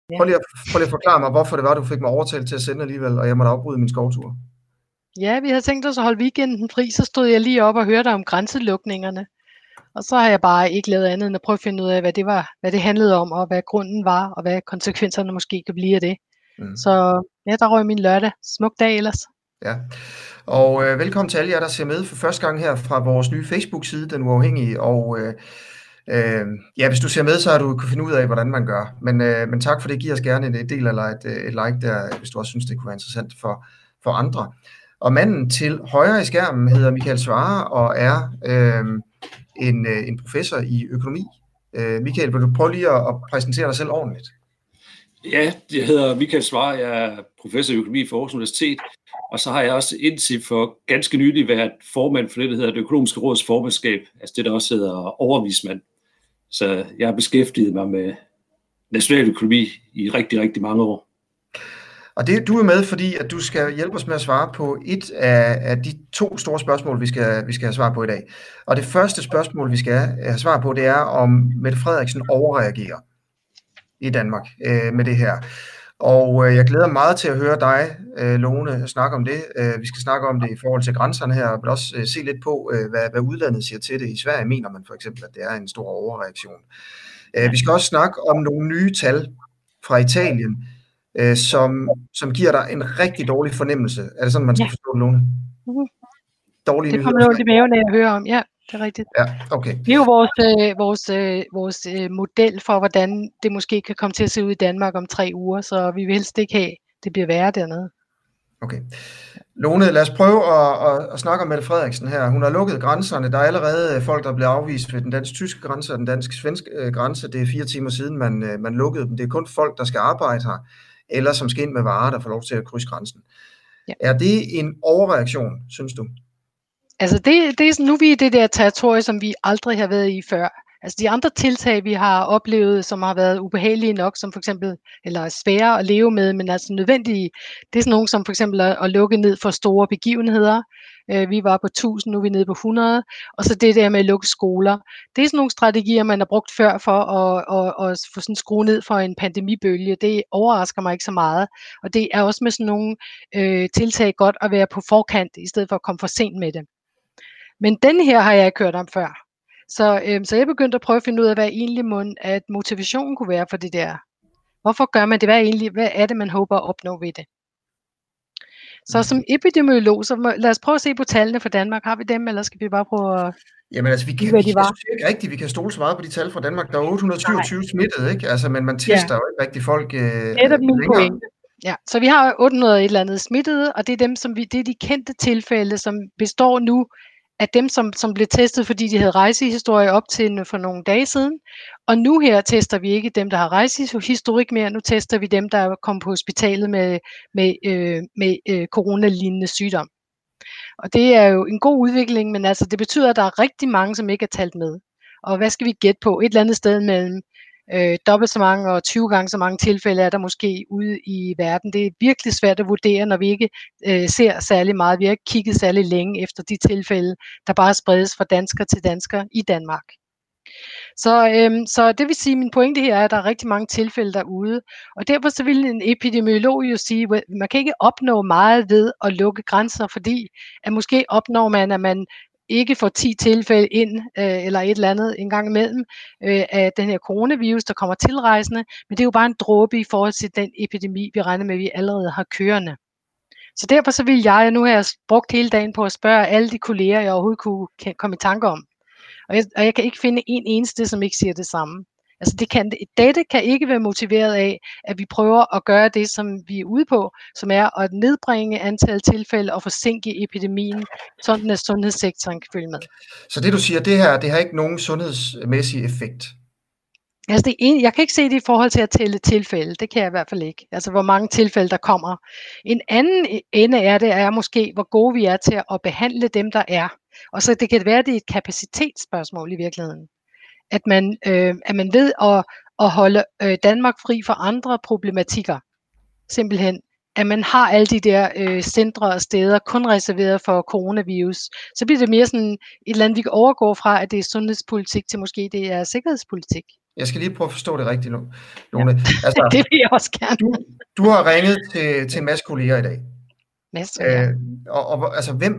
Prøv lige at forklare mig, hvorfor det var, du fik mig overtalt til at sende alligevel, og jeg måtte afbryde min skovtur. Ja, vi havde tænkt os at holde weekenden fri, så stod jeg lige op og hørte om grænselukningerne. Og så har jeg bare ikke lavet andet end at prøve at finde ud af, hvad det handlede om, og hvad grunden var, og hvad konsekvenserne måske kan blive af det. Så ja, der røg min lørdag. Smuk dag ellers. Ja, og velkommen til alle jer, der ser med for første gang her fra vores nye Facebook-side, Den Uafhængige. Og ja, hvis du ser med, så har du kunnet finde ud af, hvordan man gør. Men tak for det. Giv os gerne en del eller et like der, hvis du også synes, det kunne være interessant for andre. Og manden til højre i skærmen hedder Michael Svarer og er en professor i økonomi. Michael, vil du prøve lige at præsentere dig selv ordentligt? Ja, jeg hedder Michael Svarer, jeg er professor i økonomi for Aarhus Universitet, og så har jeg også indtil for ganske nylig været formand for det, der hedder Det Økonomiske Råds formandskab, altså det, der også hedder overvismand. Så jeg har beskæftiget mig med nationaløkonomi i rigtig, rigtig mange år. Og du er med, fordi at du skal hjælpe os med at svare på et af de to store spørgsmål, vi skal have svar på i dag. Og det første spørgsmål, vi skal have svar på, det er, om Mette Frederiksen overreagerer i Danmark med det her. Og jeg glæder mig meget til at høre dig, Lone, snakke om det. Vi skal snakke om det i forhold til grænserne her, og også se lidt på, hvad udlandet siger til det. I Sverige mener man for eksempel, at det er en stor overreaktion. Vi skal også snakke om nogle nye tal fra Italien, som giver dig en rigtig dårlig fornemmelse. Er det sådan, man skal forstå det, Lone? Dårlige nyheder. Det kommer noget i maven af at høre om, ja. Det er rigtigt. Ja, okay. Det er jo vores model for, hvordan det måske kan komme til at se ud i Danmark om 3 uger, så vi vil helst ikke have, det bliver værre dernede. Okay. Lone, lad os prøve at snakke om Mette Frederiksen her. Hun har lukket grænserne. Der er allerede folk, der bliver afvist ved den dansk-tyske grænse og den dansk-svenske grænse. Det er 4 timer siden, man lukkede dem. Det er kun folk, der skal arbejde her, eller som skal ind med varer, der får lov til at krydse grænsen. Ja. Er det en overreaktion, synes du? Altså det er sådan, nu er vi i det der territorie, som vi aldrig har været i før. Altså de andre tiltag, vi har oplevet, som har været ubehagelige nok, som for eksempel, eller svære at leve med, men altså nødvendige, det er sådan nogle som for eksempel at lukke ned for store begivenheder. Vi var på 1000, nu er vi nede på 100, og så det der med at lukke skoler. Det er sådan nogle strategier, man har brugt før for at få sådan skrue ned for en pandemibølge. Det overrasker mig ikke så meget, og det er også med sådan nogle tiltag godt at være på forkant, i stedet for at komme for sent med det. Men den her har jeg ikke hørt om før. Så jeg begyndte at prøve at finde ud af, hvad egentlig at motivationen kunne være for det der. Hvorfor gør man det? Hvad er det, man håber at opnå ved det? Så som epidemiolog, så lad os prøve at se på tallene for Danmark. Har vi dem, eller skal vi bare prøve at... Jamen altså, jeg synes ikke rigtigt, vi kan stole så meget på de tal fra Danmark. Der er 827 smittede, ikke? Altså, men man tester jo ikke rigtig folk længere. Ja, så vi har 800 et eller andet smittede, og det er dem, det er de kendte tilfælde, som består nu af dem, som blev testet, fordi de havde rejsehistorie op til for nogle dage siden. Og nu her tester vi ikke dem, der har rejsehistorik mere. Nu tester vi dem, der er kommet på hospitalet med coronalignende sygdom. Og det er jo en god udvikling, men altså det betyder, at der er rigtig mange, som ikke er talt med. Og hvad skal vi gætte på? Et eller andet sted mellem dobbelt så mange og 20 gange så mange tilfælde er der måske ude i verden. Det er virkelig svært at vurdere, når vi ikke ser særlig meget. Vi har ikke kigget særlig længe efter de tilfælde, der bare spredes fra dansker til dansker i Danmark. Så det vil sige, at min pointe her er, at der er rigtig mange tilfælde derude, og derfor så vil en epidemiolog jo sige, at man kan ikke opnå meget ved at lukke grænser, fordi at måske opnår man, at man ikke får 10 tilfælde ind, eller et eller andet en gang imellem, af den her coronavirus, der kommer tilrejsende, men det er jo bare en dråbe i forhold til den epidemi, vi regner med, at vi allerede har kørende. Så derfor så vil nu har jeg brugt hele dagen på at spørge alle de kolleger, jeg overhovedet kunne komme i tanke om. Og jeg kan ikke finde en eneste, som ikke siger det samme. Altså dette kan ikke være motiveret af, at vi prøver at gøre det, som vi er ude på, som er at nedbringe antal tilfælde og forsinke epidemien, sådan at sundhedssektoren kan følge med. Så det du siger, det har ikke nogen sundhedsmæssig effekt? Altså jeg kan ikke se det i forhold til at tælle tilfælde, det kan jeg i hvert fald ikke. Altså hvor mange tilfælde der kommer. En anden ende af det er måske, hvor gode vi er til at behandle dem, der er. Og så det kan være, det er et kapacitetsspørgsmål i virkeligheden. At man ved at holde Danmark fri for andre problematikker. Simpelthen, at man har alle de der centre og steder kun reserveret for coronavirus. Så bliver det mere sådan et eller andet, vi kan overgå fra, at det er sundhedspolitik til måske det er sikkerhedspolitik. Jeg skal lige prøve at forstå det rigtigt nu, Lone. Ja. Altså, det vil jeg også gerne. Du har ringet til en masse kolleger i dag. Masser, ja. Og altså, hvem?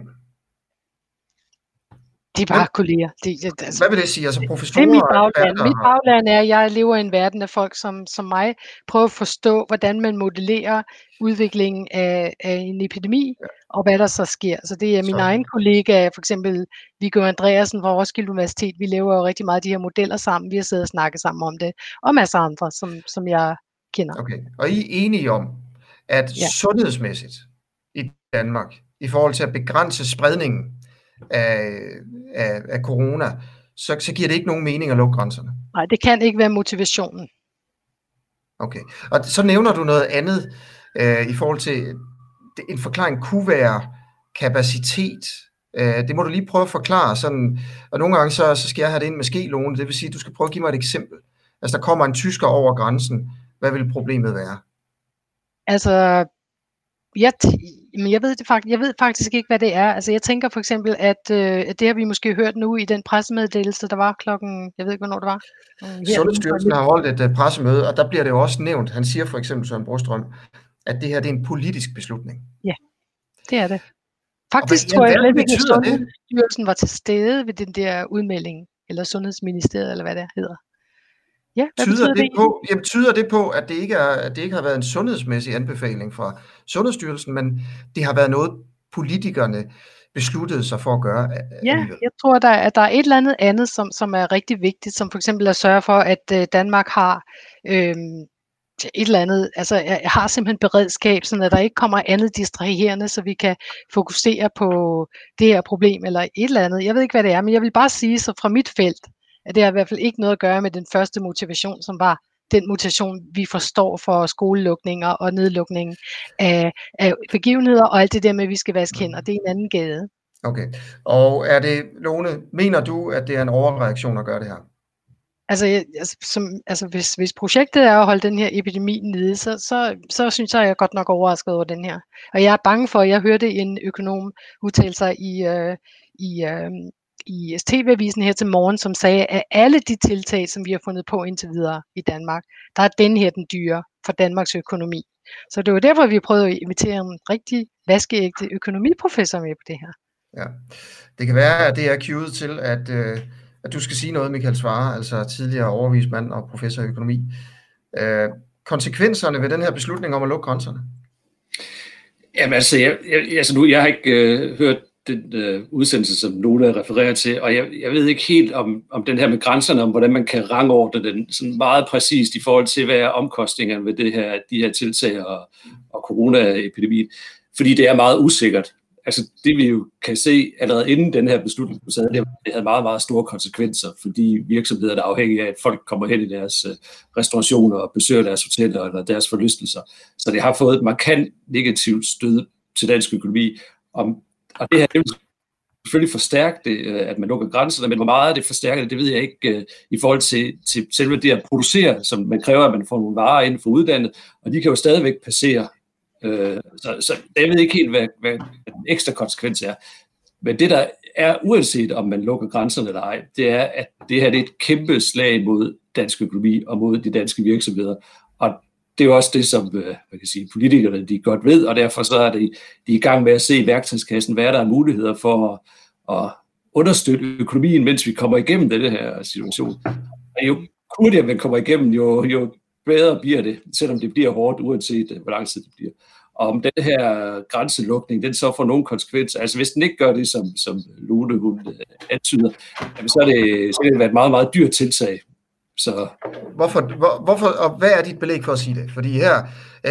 De er bare kolleger. Altså, hvad vil det sige? Altså professorer? Det er mit bagland. Mit bagland er, at jeg lever i en verden af folk som mig, prøver at forstå, hvordan man modellerer udviklingen af en epidemi, og hvad der så sker. Så det er min egen kollega, for eksempel Viggo Andreasen fra Roskilde Universitet. Vi laver jo rigtig meget af de her modeller sammen. Vi har siddet og snakket sammen om det, og masser af andre, som jeg kender. Okay, og I er enige om, at sundhedsmæssigt i Danmark, i forhold til at begrænse spredningen af corona, så giver det ikke nogen mening at lukke grænserne? Nej, det kan ikke være motivationen. Okay, og så nævner du noget andet i forhold til, en forklaring kunne være kapacitet. Det må du lige prøve at forklare sådan, og nogle gange så skal jeg have det ind med skelone, det vil sige, at du skal prøve at give mig et eksempel. Altså der kommer en tysker over grænsen, hvad vil problemet være? Altså, jeg ved faktisk ikke, hvad det er. Altså, jeg tænker for eksempel, at det har vi måske hørt nu i den pressemeddelelse, der var klokken, jeg ved ikke, hvornår det var. Sundhedsstyrelsen har holdt et pressemøde, og der bliver det jo også nævnt. Han siger for eksempel, Søren Brostrøm, at det her det er en politisk beslutning. Ja, det er det. Faktisk tror jeg at Sundhedsstyrelsen var til stede ved den der udmelding, eller Sundhedsministeriet, eller hvad det hedder. Ja, tyder det på, at det ikke har været en sundhedsmæssig anbefaling fra Sundhedsstyrelsen, men det har været noget, politikerne besluttede sig for at gøre? Ja, jeg tror, at der er et eller andet, som er rigtig vigtigt, som for eksempel at sørge for, at Danmark har et eller andet, altså jeg har simpelthen beredskab, så der ikke kommer andet distraherende, så vi kan fokusere på det her problem, eller et eller andet. Jeg ved ikke, hvad det er, men jeg vil bare sige, så fra mit felt, at det har i hvert fald ikke noget at gøre med den første motivation, som var den motivation, vi forstår for skolelukninger og nedlukning af begivenheder, og alt det der med, at vi skal vaske hænder. Det er en anden gade. Okay, og er det, Lone, mener du, at det er en overreaktion at gøre det her? Altså, hvis projektet er at holde den her epidemi nede, så synes jeg godt nok overrasket over den her. Og jeg er bange for, at jeg hørte en økonom udtale sig i TV-avisen her til morgen, som sagde, at alle de tiltag, som vi har fundet på indtil videre i Danmark, der er den her den dyre for Danmarks økonomi. Så det var derfor, vi prøvede at invitere en rigtig vaskeægte økonomiprofessor med på det her. Ja, det kan være, at det er cueet til, at du skal sige noget, Michael Svarer, altså tidligere overvismand og professor i økonomi. Konsekvenserne ved den her beslutning om at lukke grænserne? Jamen altså, jeg har ikke hørt den udsendelse, som Lone refererer til, og jeg ved ikke helt om den her med grænserne, om hvordan man kan rangordne den sådan meget præcist i forhold til, hvad er omkostningerne ved de her tiltag og coronaepidemien, fordi det er meget usikkert. Altså det vi jo kan se allerede inden den her beslutning, det havde meget, meget store konsekvenser for de virksomheder, der er afhængige af, at folk kommer hen i deres restaurationer og besøger deres hoteller eller deres forlystelser. Så det har fået et markant negativt stød til dansk økonomi. Og det her det vil selvfølgelig forstærke det, at man lukker grænserne, men hvor meget det forstærker det ved jeg ikke i forhold til selve det at producere, som man kræver, at man får nogle varer inden for udlandet, og de kan jo stadigvæk passere. Så jeg ved ikke helt, hvad den ekstra konsekvens er. Men det, der er, uanset om man lukker grænserne eller ej, det er, at det her det er et kæmpe slag mod dansk økonomi og mod de danske virksomheder. Og det er jo også det, som man kan sige, politikerne de godt ved, og derfor så er de i gang med at se i værktøjskassen, hvad der er muligheder for at understøtte økonomien, mens vi kommer igennem den her situation. Og jo hurtigere man kommer igennem, jo bedre bliver det, selvom det bliver hårdt, uanset hvor lang tid det bliver. Og om den her grænselukning, den så får nogle konsekvenser, altså hvis den ikke gør det, som Lone hun antyder, så kan det være et meget, meget dyrt tiltag. Så Hvorfor, og hvad er dit belæg for at sige det? Fordi her,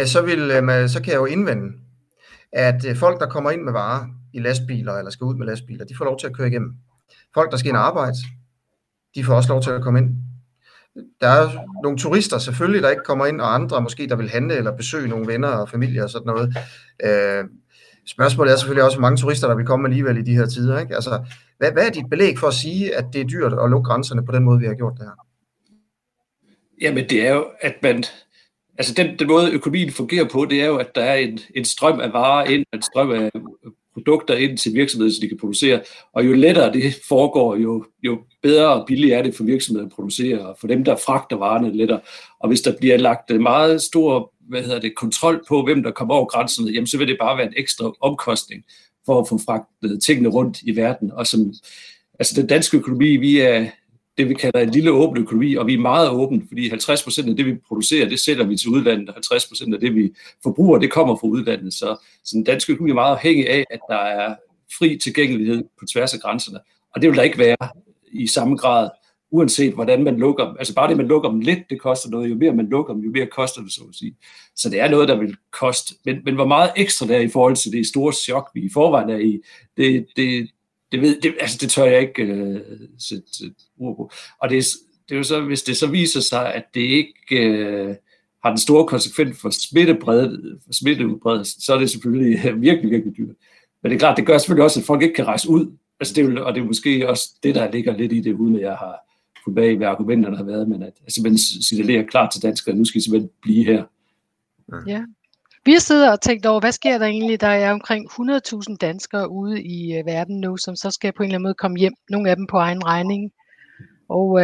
så kan jeg jo indvende, at folk, der kommer ind med varer i lastbiler, eller skal ud med lastbiler, de får lov til at køre igennem. Folk, der skal ind og arbejde, de får også lov til at komme ind. Der er nogle turister selvfølgelig, der ikke kommer ind, og andre måske, der vil handle eller besøge nogle venner og familie og sådan noget. Spørgsmålet er selvfølgelig også, hvor mange turister, der vil komme alligevel i de her tider. Ikke? Altså, hvad er dit belæg for at sige, at det er dyrt at lukke grænserne på den måde, vi har gjort det her? Jamen, det er jo, at den måde økonomien fungerer på, det er jo, at der er en strøm af varer ind, en strøm af produkter ind til virksomheder, så de kan producere. Og jo lettere det foregår, jo bedre og billigere er det for virksomheder at producere, og for dem, der fragter varerne lettere. Og hvis der bliver lagt meget stor kontrol på, hvem der kommer over grænserne, jamen så vil det bare være en ekstra omkostning for at få fragtet tingene rundt i verden. Og den danske økonomi, vi er det, vi kalder en lille åben økonomi, og vi er meget åbne, fordi 50% af det, vi producerer, det sælger vi til udlandet, og 50% af det, vi forbruger, det kommer fra udlandet. Så den danske økonomi er meget afhængig af, at der er fri tilgængelighed på tværs af grænserne. Og det vil der ikke være i samme grad, uanset hvordan man lukker dem. Altså bare det, man lukker dem lidt, det koster noget. Jo mere man lukker dem, jo mere koster det, så at sige. Så det er noget, der vil koste. Men hvor meget ekstra der er i forhold til det store chok, vi i forvejen er i, det tør jeg ikke sætte ord på. Og det er jo så, hvis det så viser sig, at det ikke har den store konsekvens for smitteudbredelsen, så er det selvfølgelig virkelig, virkelig dyrt. Men det er klart, det gør selvfølgelig også, at folk ikke kan rejse ud. Altså det er måske også det, der ligger lidt i det, uden at jeg har fået bag, hvad argumenterne har været, men at simpelthen signalerer klart til danskere, at nu skal I simpelthen blive her. Ja. Vi har siddet og tænkt over, hvad sker der egentlig? Der er omkring 100.000 danskere ude i verden nu, som så skal på en eller anden måde komme hjem. Nogle af dem på egen regning. Og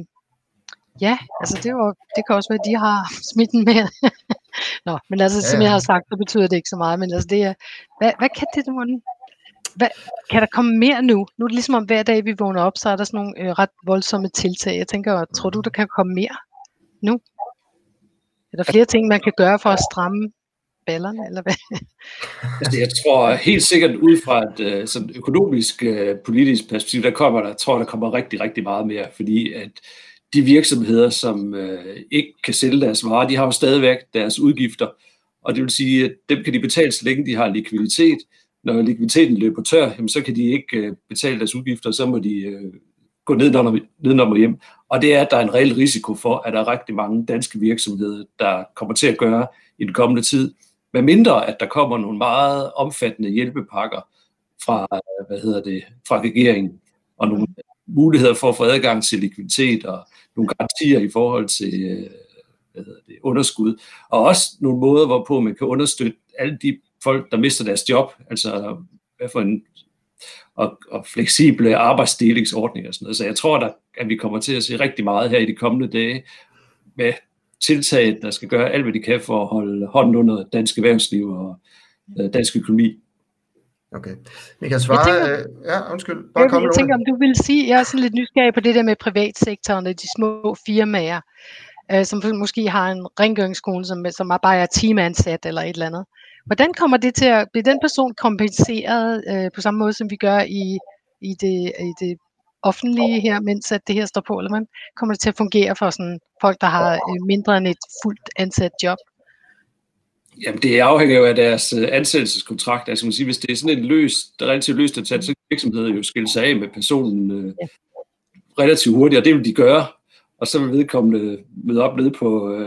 det kan også være, at de har smitten med. Nå, men altså, som jeg har sagt, så betyder det ikke så meget. Men altså, det er, hvad kan det nu? Kan der komme mere nu? Nu er det ligesom om hver dag, vi vågner op, så er der sådan nogle ret voldsomme tiltag. Jeg tænker, tror du, der kan komme mere nu? Er der flere ting, man kan gøre for at stramme ballerne, eller hvad? Altså, jeg tror helt sikkert ud fra et sådan økonomisk, politisk perspektiv, der kommer rigtig, rigtig meget mere, fordi at de virksomheder, som ikke kan sælge deres varer, de har jo stadigvæk deres udgifter, og det vil sige, at dem kan de betale, så længe de har likviditet. Når likviditeten løber tør, jamen, så kan de ikke betale deres udgifter, så må de gå nedenom og hjem. Og det er, at der er en reel risiko for, at der er rigtig mange danske virksomheder, der kommer til at gøre i den kommende tid. Med mindre, at der kommer nogle meget omfattende hjælpepakker fra regeringen, og nogle muligheder for at få adgang til likviditet, og nogle garantier i forhold til underskud, og også nogle måder, hvorpå man kan understøtte alle de folk, der mister deres job, altså hvad for en og fleksible arbejdsdelingsordninger og sådan noget. Så jeg tror, at vi kommer til at se rigtig meget her i de kommende dage med tiltag, der skal gøre alt, hvad de kan for at holde hånden under dansk erhvervsliv og dansk økonomi. Okay. Michael Svarer, undskyld. Jeg tænker, om du vil sige, jeg er sådan lidt nysgerrig på det der med privatsektoren og de små firmaer, som måske har en rengøringskone, som bare er teamansat eller et eller andet. Hvordan kommer det til at blive den person kompenseret på samme måde, som vi gør i det offentlige her, mens at det her står på, eller hvordan kommer det til at fungere for sådan folk, der har mindre end et fuldt ansat job? Jamen, det afhænger jo af deres ansættelseskontrakt. Altså, man siger, hvis det er sådan en relativt løst ansat, så kan virksomheder jo skille sig af med personen relativt hurtigt, og det vil de gøre. Og så vil vedkommende møde op nede på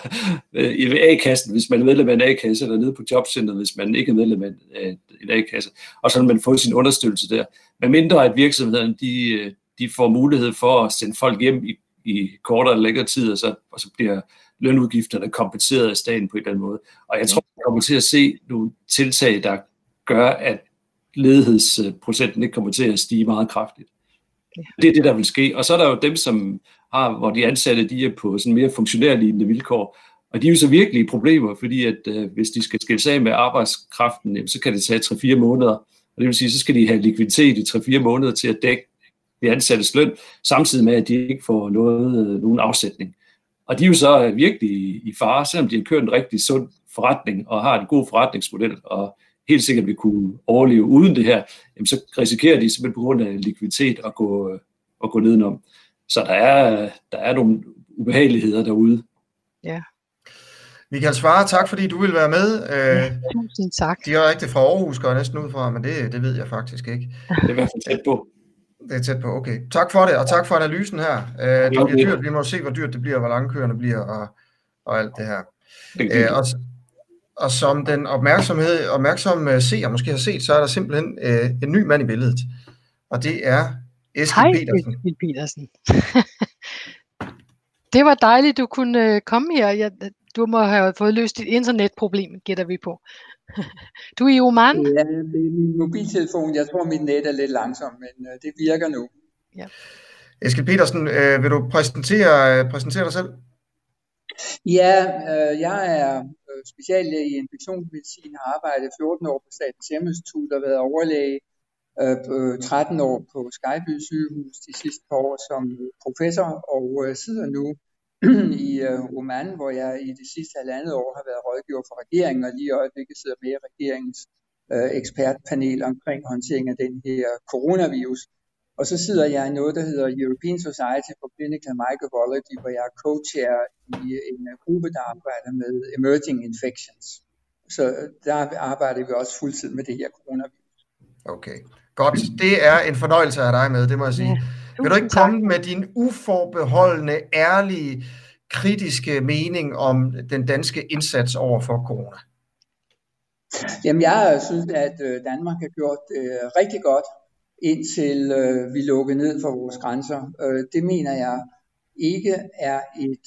i A-kassen, hvis man er medlem af en A-kasse, eller nede på jobcenteret, hvis man ikke er medlem af en A-kasse. Og så vil man få sin understøttelse der. Men mindre at virksomhederne, de får mulighed for at sende folk hjem i kortere eller længere tid, og så bliver lønudgifterne kompenseret af staten på en eller anden måde. Og jeg tror, vi kommer til at se nogle tiltag, der gør, at ledighedsprocenten ikke kommer til at stige meget kraftigt. Det er det, der vil ske. Og så er der jo dem, som hvor de ansatte, de er på sådan mere funktionærlignende vilkår. Og de er jo så virkelig problemer, fordi at hvis de skal skille sig af med arbejdskraften, jamen, så kan det tage 3-4 måneder. Og det vil sige, så skal de have likviditet i 3-4 måneder til at dække de ansattes løn, samtidig med, at de ikke får nogen afsætning. Og de er jo så virkelig i fare, selvom de har kørt en rigtig sund forretning og har en god forretningsmodel, og helt sikkert vil kunne overleve uden det her, jamen, så risikerer de simpelthen på grund af likviditet at gå nedenom. Så der er nogle ubehageligheder derude. Ja. Michael Svarer, tak fordi du vil være med. Tusind tak. De er rigtig fra Aarhus, går jeg næsten ud fra, men det ved jeg faktisk ikke. Det er i hvert fald tæt på. Det er tæt på, okay. Tak for det, og tak for analysen her. Det bliver dyrt, vi må se, hvor dyrt det bliver, hvor lange køerne bliver, og alt det her. Og som den opmærksomme seer måske har set, så er der simpelthen en ny mand i billedet, og det er Eskil Petersen. Eskil Petersen. Det var dejligt, du kunne komme her. Du må have fået løst dit internetproblem, gætter vi på. Du er i Oman? Ja, det er min mobiltelefon. Jeg tror, mit net er lidt langsomt, men det virker nu. Ja. Eskild Petersen, vil du præsentere dig selv? Ja, jeg er speciallæge i infektionsmedicin, har arbejdet 14 år på Statens Serum Institut og været overlæge 13 år på Skejby Sygehus de sidste par år som professor, og sidder nu i Oman, hvor jeg i det sidste halvandet år har været rådgiver for regeringen, og lige i øjeblikket sidder med i regeringens ekspertpanel omkring håndtering af den her coronavirus. Og så sidder jeg i noget, der hedder European Society for Clinical Microbiology, hvor jeg er co-chair i en gruppe, der arbejder med emerging infections. Så der arbejder vi også fuldtid med det her coronavirus. Okay, godt. Det er en fornøjelse at have dig med, det må jeg sige. Ja, vil du ikke komme med din uforbeholdne, ærlige, kritiske mening om den danske indsats over for corona? Jamen, jeg synes, at Danmark har gjort det rigtig godt, indtil vi lukkede ned for vores grænser. Det mener jeg ikke er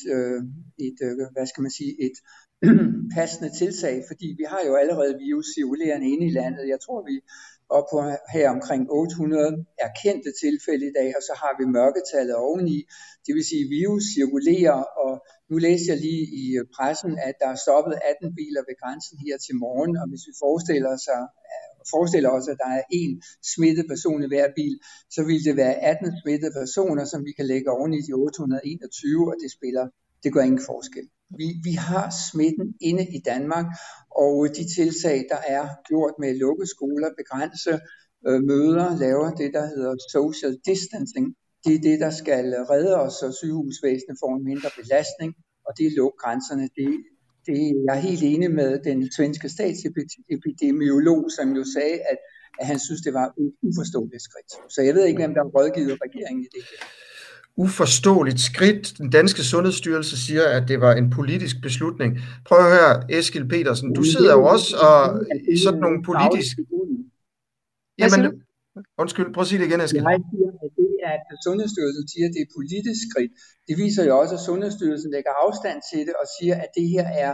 et passende tiltag, fordi vi har jo allerede virus cirkulerende inde i landet. Jeg tror, vi er på her omkring 800 erkendte tilfælde i dag, og så har vi mørketallet oveni. Det vil sige, at virus cirkulerer, og nu læste jeg lige i pressen, at der er stoppet 18 biler ved grænsen her til morgen, og hvis vi forestiller os, at der er en smittet person i hver bil, så vil det være 18 smittede personer, som vi kan lægge oven i de 821, og det gør ingen forskel. Vi har smitten inde i Danmark, og de tiltag, der er gjort med at lukke skoler, begrænse møder, laver det, der hedder social distancing. Det er det, der skal redde os, så sygehusvæsenet får en mindre belastning, og det er lukke grænserne. Jeg er helt enig med den svenske statsepidemiolog, som jo sagde, at han synes, det var et uforståeligt skridt. Så jeg ved ikke, hvem der har rådgivet regeringen i det her. Uforståeligt skridt. Den danske Sundhedsstyrelse siger, at det var en politisk beslutning. Prøv at høre, Eskild Petersen, du sidder jo også i sådan nogle politiske... Jamen, undskyld, prøv at sige det igen, Eskild. Jeg siger, at det er, at Sundhedsstyrelsen siger, at det er et politisk skridt. Det viser jo også, at Sundhedsstyrelsen lægger afstand til det og siger, at det her er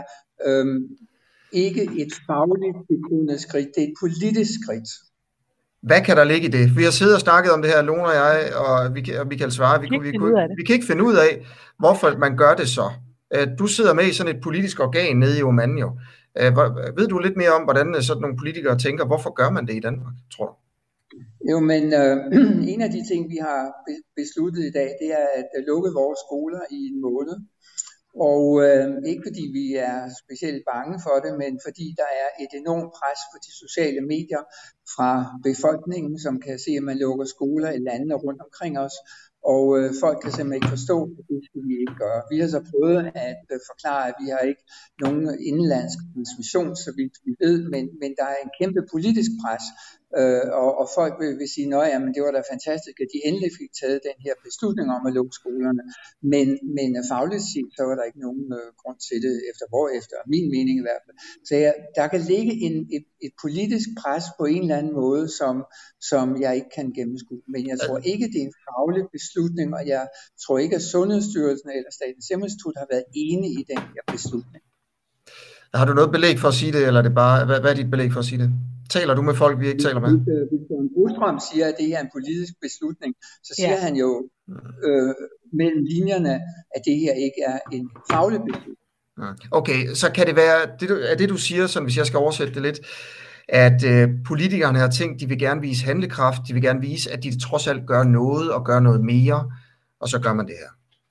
ikke et fagligt begrundet skridt, det er et politisk skridt. Hvad kan der ligge i det? Vi har siddet og snakket om det her, Lone og jeg, og Michael Svarer. Vi kan ikke finde ud af, hvorfor man gør det så. Du sidder med i sådan et politisk organ nede i Oman jo. Ved du lidt mere om, hvordan sådan nogle politikere tænker, hvorfor gør man det i Danmark, tror du? Jo, men en af de ting, vi har besluttet i dag, det er at lukke vores skoler i en måned. Og ikke fordi vi er specielt bange for det, men fordi der er et enormt pres på de sociale medier fra befolkningen, som kan se, at man lukker skoler i landene rundt omkring os. Og folk kan simpelthen ikke forstå, at det skal vi ikke gøre. Vi har så prøvet at forklare, at vi har ikke nogen indenlandsk transmission, så vidt vi ved, men der er en kæmpe politisk pres. Og folk vil sige, at det var da fantastisk, at de endelig fik taget den her beslutning om at lukke skolerne. Men fagligt set, så var der ikke nogen grund til det, efter min mening i hvert fald. Så der kan ligge et politisk pres på en eller anden måde, som jeg ikke kan gennemskue. Men jeg tror ikke, det er en faglig beslutning, og jeg tror ikke, at Sundhedsstyrelsen eller Statens Serum Institut har været enige i den her beslutning. Har du noget belæg for at sige det, eller er det bare, hvad er dit belæg for at sige det? Taler du med folk, vi ikke taler med? Hvis Søren Brostrøm siger, at det her er en politisk beslutning, så siger han jo mellem linjerne, at det her ikke er en faglig beslutning. Okay, så kan det være, det du siger, sådan, hvis jeg skal oversætte det lidt, at politikerne har tænkt, de vil gerne vise handlekraft, de vil gerne vise, at de trods alt gør noget og gør noget mere, og så gør man det her.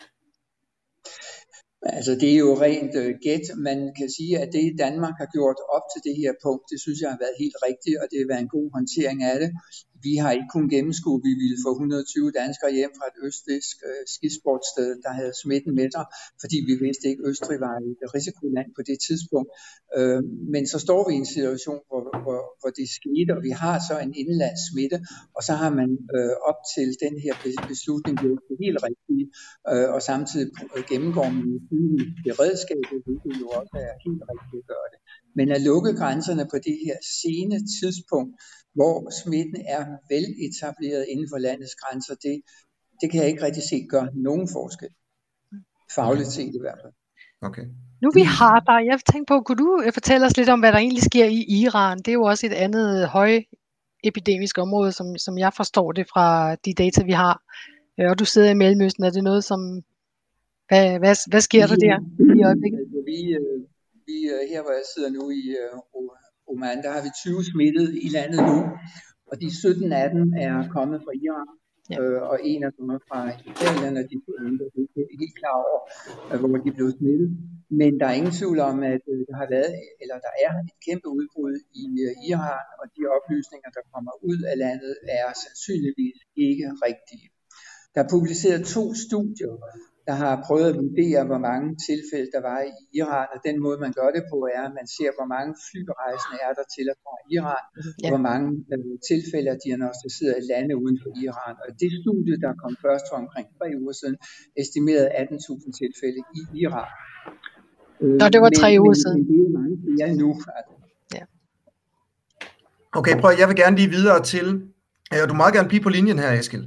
Altså det er jo rent gæt. Man kan sige, at det Danmark har gjort op til det her punkt, det synes jeg har været helt rigtigt, og det har været en god håndtering af det. Vi har ikke kunnet gennemskue, at vi ville få 120 danskere hjem fra et østrigsk skisportssted, der havde smitten med sig, fordi vi vidste ikke, at Østrig var et risikoland på det tidspunkt. Men så står vi i en situation, hvor det skete, og vi har så en indenlands smitte, og så har man op til den her beslutning gjort det helt rigtigt, og samtidig gennemgår man beredskabet, hvilket jo også er helt rigtigt at gøre det. Men at lukke grænserne på det her sene tidspunkt, hvor smitten er vel etableret inden for landets grænser, det kan jeg ikke rigtig se gøre nogen forskel. Fagligt set i hvert fald. Okay. Nu vi har dig, jeg tænker på, kunne du fortælle os lidt om, hvad der egentlig sker i Iran? Det er jo også et andet højepidemisk område, som jeg forstår det fra de data, vi har. Og du sidder i Mellemøsten, er det noget, som... Hvad sker der der i øjeblikket? Her, hvor jeg sidder nu i Oman, der har vi 20 smittede i landet nu, og de 17 af dem er kommet fra Iran, og en er kommet fra Italien, og de andre er helt klar over, hvor de blev smittet. Men der er ingen tvivl om, at der er et kæmpe udbrud i Iran, og de oplysninger, der kommer ud af landet, er sandsynligvis ikke rigtige. Der er publiceret 2 studier, der har prøvet at vurdere, hvor mange tilfælde der var i Iran, og den måde, man gør det på, er, at man ser, hvor mange flyrejsende er der til og fra Iran, og hvor mange tilfælde er diagnosticeret i lande uden for Iran. Og det studie, der kom først for omkring 3 uger siden, estimerede 18.000 tilfælde i Iran. Nå, det var 3 uger siden. Men det er jo mange flere nu. Ja. Okay, prøv, jeg vil gerne lige videre til, og du må meget gerne blive på linjen her, Eskil.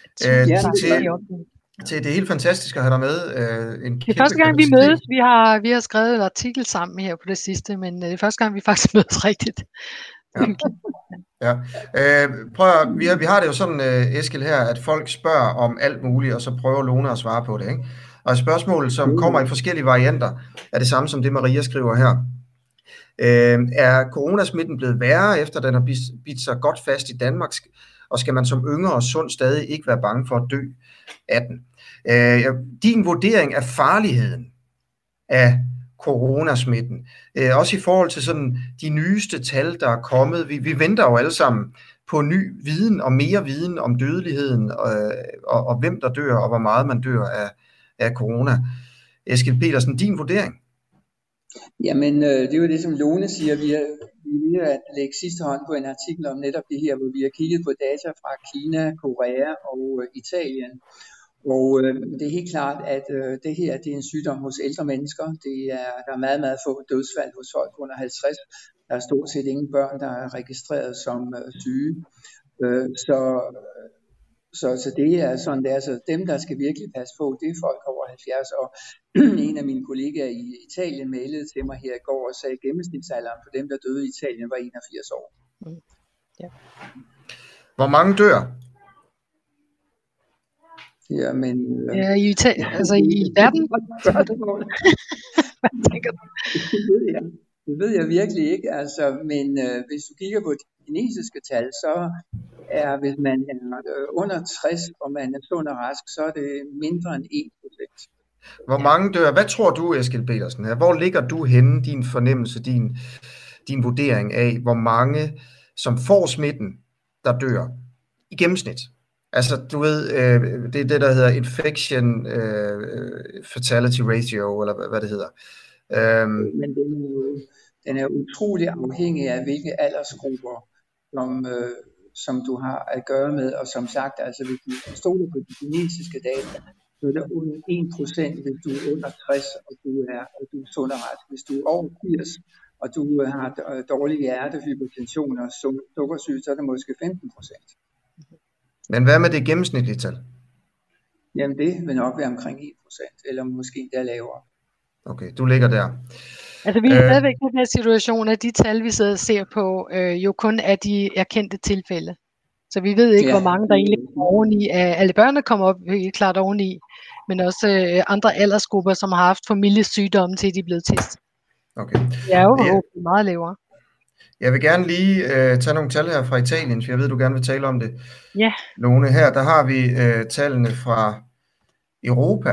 Til det er helt fantastisk at have dig med. Det er første gang, vi mødes. Vi har skrevet en artikel sammen her på det sidste, men det er første gang, vi faktisk mødes rigtigt. Ja. Prøv, vi har det jo sådan, Eskil, her, at folk spørger om alt muligt, og så prøver Lone at svare på det, ikke? Og spørgsmålet, som kommer i forskellige varianter, er det samme som det, Maria skriver her. Er coronasmitten blevet værre, efter den har bidt sig godt fast i Danmark, og skal man som yngre og sund stadig ikke være bange for at dø af den? Din vurdering af farligheden af coronasmitten, også i forhold til sådan de nyeste tal, der er kommet. Vi venter jo alle sammen på ny viden og mere viden om dødeligheden, og hvem der dør, og hvor meget man dør af corona. Eskil Petersen, din vurdering? Jamen, det er jo det, som Lone siger. Vi er ved at lægge sidste hånd på en artikel om netop det her, hvor vi har kigget på data fra Kina, Korea og Italien. Og det er helt klart, at det her det er en sygdom hos ældre mennesker. Der er meget, meget få dødsfald hos folk under 50. Der er stort set ingen børn, der er registreret som syge. Så det er sådan, det er. Så dem, der skal virkelig passe på, det er folk over 70 år. En af mine kollegaer i Italien mailede til mig her i går og sagde, at gennemsnitsalderen for dem, der døde i Italien, var 81 år. Ja. Hvor mange dør? Ja, men... i Italien, altså i verden? Hvad tænker du? Det ved jeg virkelig ikke, altså, men hvis du kigger på de kinesiske tal, så hvis man er under 60, og man er sund og rask, så er det mindre end 1%. Hvor mange dør? Hvad tror du, Eskil Petersen? Hvor ligger du henne, din fornemmelse, din vurdering af, hvor mange, som får smitten, der dør i gennemsnit? Altså, du ved, det er det, der hedder infection fatality ratio, eller hvad det hedder. Men den er utrolig afhængig af, hvilke aldersgrupper, som du har at gøre med. Og som sagt, altså hvis du stoler på de kinesiske data, så er der under 1%, hvis du er under 60, og du er sund og rask. Hvis du er over 80, og du har dårlig hjerte, hypertension og sukkersyge, så er det måske 15%. Men hvad med det gennemsnitlige tal? Jamen det vil nok være omkring 1%, eller måske endda lavere. Okay, du ligger der. Altså vi er stadigvæk i den her situation, at de tal, vi sidder og ser på, jo kun er de erkendte tilfælde. Så vi ved ikke, hvor mange der egentlig kommer oveni. Alle børnene kommer op helt klart oveni, men også andre aldersgrupper, som har haft familiesygdomme, til de er blevet testet. Okay. Det er jo meget lavere. Jeg vil gerne lige tage nogle tal her fra Italien, for jeg ved, du gerne vil tale om det. Ja. Lone, her der har vi tallene fra Europa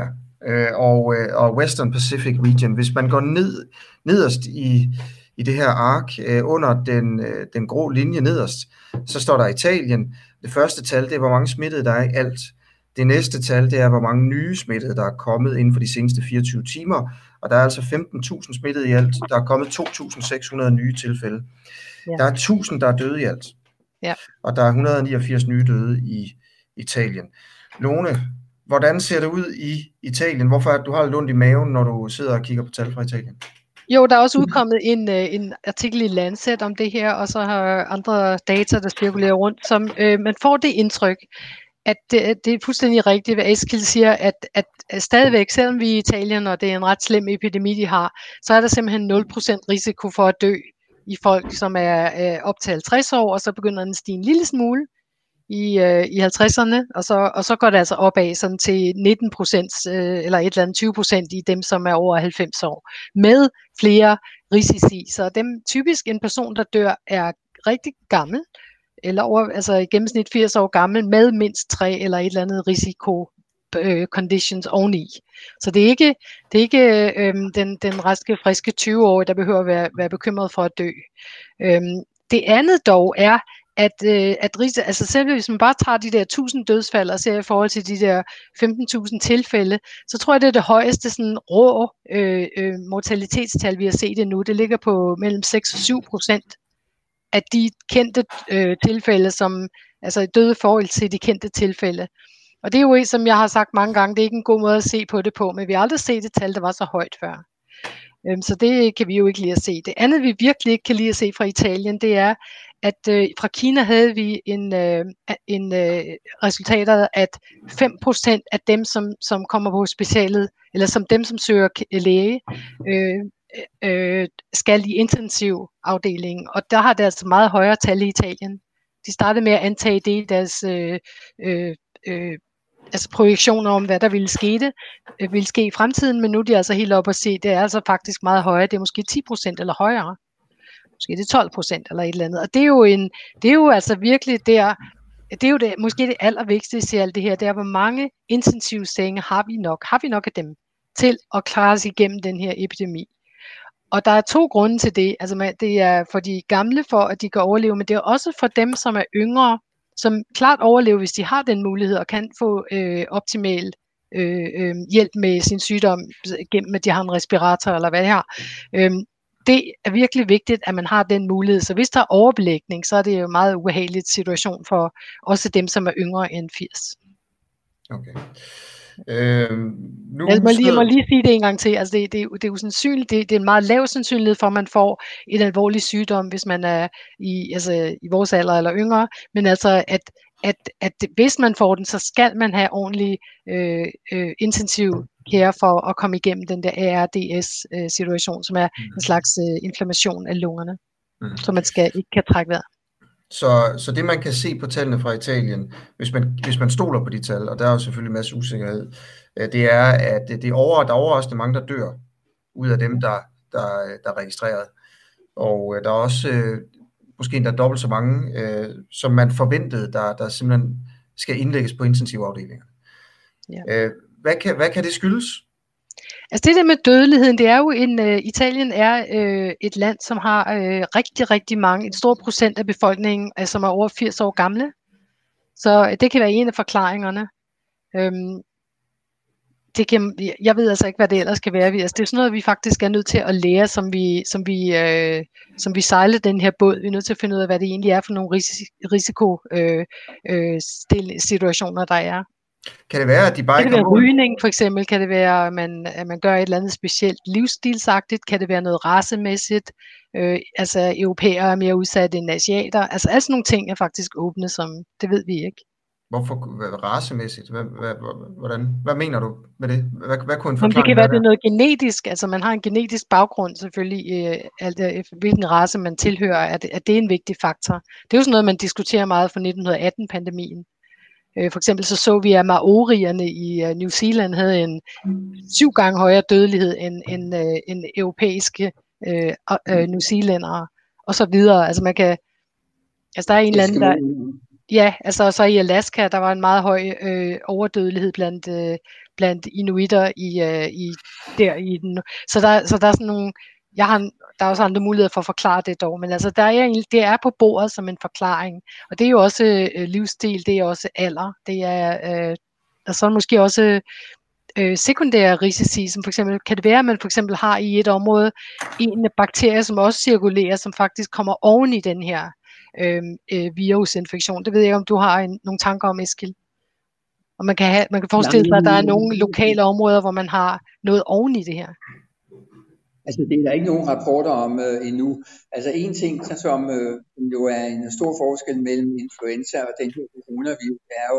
og Western Pacific Region. Hvis man går nederst i det her ark, under den grå linje nederst, så står der Italien. Det første tal, det er, hvor mange smittede der er i alt. Det næste tal, det er, hvor mange nye smittede, der er kommet inden for de seneste 24 timer. Og der er altså 15.000 smittede i alt. Der er kommet 2.600 nye tilfælde. Ja. Der er 1.000, der er døde i alt. Ja. Og der er 189 nye døde i Italien. Lone, hvordan ser det ud i Italien? Hvorfor er det, du har lidt ondt i maven, når du sidder og kigger på tal fra Italien? Jo, der er også udkommet en artikel i Lancet om det her, og så har andre data, der cirkulerer rundt, som man får det indtryk, at det er fuldstændig rigtigt, hvad Eskil siger, at stadigvæk, selvom vi i Italien, og det er en ret slem epidemi, de har, så er der simpelthen 0% risiko for at dø i folk, som er op til 50 år, og så begynder den at stige en lille smule i 50'erne, og så går det altså opad sådan til 19% eller et eller andet 20% i dem, som er over 90 år, med flere risici. Så dem typisk en person, der dør, er rigtig gammel, eller over, altså i gennemsnit 80 år gammel, med mindst 3 eller et eller andet risiko conditions oveni. Så det er ikke den raske, friske 20-årige, der behøver at være bekymret for at dø. Det andet dog er, at altså selv hvis man bare tager de der 1000 dødsfald og ser i forhold til de der 15.000 tilfælde, så tror jeg, det er det højeste sådan rå mortalitetstal, vi har set endnu. Det ligger på mellem 6 og 7% af de kendte tilfælde, som altså døde i forhold til de kendte tilfælde. Og det er jo som jeg har sagt mange gange, det er ikke en god måde at se på det på, men vi har aldrig set et tal, der var så højt før. Så det kan vi jo ikke lide at se. Det andet, vi virkelig ikke kan lide at se fra Italien, det er, at fra Kina havde vi resultater, at 5% af dem, som kommer på hospitalet, eller som dem, som søger læge, skal i intensiv afdeling. Og der har det altså meget højere tal i Italien. De startede med at antage det i deres altså projektioner om, hvad der ville ske i fremtiden, men nu er de altså helt oppe at se, det er altså faktisk meget højere. Det er måske 10% eller højere. Måske det er 12% eller et eller andet. Og det er jo altså virkelig der, det er jo det, måske det allervigtigste i alt det her, det er, hvor mange intensivsenge har vi nok? Har vi nok af dem til at klare os igennem den her epidemi? Og der er 2 grunde til det. Altså det er for de gamle, for at de kan overleve, men det er også for dem, som er yngre, som klart overlever, hvis de har den mulighed og kan få optimal hjælp med sin sygdom, gennem at de har en respirator eller hvad det har. Det er virkelig vigtigt, at man har den mulighed. Så hvis der er overbelægning, så er det jo en meget ubehagelig situation for også dem, som er yngre end 80. Okay. Jeg må lige sige det en gang til. Altså det er jo sandsynligt, det er en meget lav sandsynlighed for, at man får en alvorlig sygdom, hvis man er i vores alder eller yngre. Men altså, at hvis man får den, så skal man have ordentlig intensiv care for at komme igennem den der ARDS-situation, som er en slags inflammation af lungerne, så man ikke kan trække vejret. Så det man kan se på tallene fra Italien, hvis man stoler på de tal, og der er jo selvfølgelig en masse usikkerhed, det er, at der er overraskende mange, der dør ud af dem, der er registreret. Og der er også måske endda dobbelt så mange, som man forventede, der simpelthen skal indlægges på intensivafdelinger. Ja. Hvad kan det skyldes? Altså det der med dødeligheden, det er jo Italien er et land, som har rigtig, rigtig mange, en stor procent af befolkningen, som er over 80 år gamle. Så det kan være en af forklaringerne. Jeg ved altså ikke, hvad det ellers skal være. Altså, det er sådan noget, vi faktisk er nødt til at lære, som vi sejler den her båd. Vi er nødt til at finde ud af, hvad det egentlig er for nogle risikosituationer, der er. Kan det være, at de bare ikke kommer ud? Rygning for eksempel, kan det være, at man gør et eller andet specielt livsstilsagtigt, kan det være noget racemæssigt, altså europæere er mere udsatte end asiater, altså alle sådan nogle ting er faktisk åbne, som det ved vi ikke. Hvorfor racemæssigt? Hvad mener du med det? Hvad kunne en forklaring det kan være, det er noget genetisk, altså man har en genetisk baggrund selvfølgelig, hvilken race man tilhører, at det er en vigtig faktor. Det er jo sådan noget, man diskuterer meget fra 1918-pandemien. For eksempel så vi, at maorierne i New Zealand havde en 7 gange højere dødelighed end europæiske New Zealandere, og så videre. Altså man kan, altså der er en eller anden, der... Ja, altså så i Alaska, der var en meget høj overdødelighed blandt inuitter i den. Så der er sådan nogle, der er også andre muligheder for at forklare det dog, men altså det er på bordet som en forklaring, og det er jo også livsstil, det er også alder, det er der så måske også sekundære risici, som for eksempel kan det være, at man for eksempel har i et område en bakterie, som også cirkulerer, som faktisk kommer oven i den her virusinfektion. Det ved jeg ikke, om du har nogle tanker om, Eskil. Og man kan forestille sig, at der er nogle lokale områder, hvor man har noget oven i det her. Altså det er der ikke nogen rapporter om endnu. Altså en ting, som jo er en stor forskel mellem influenza og den her coronavirus, er jo,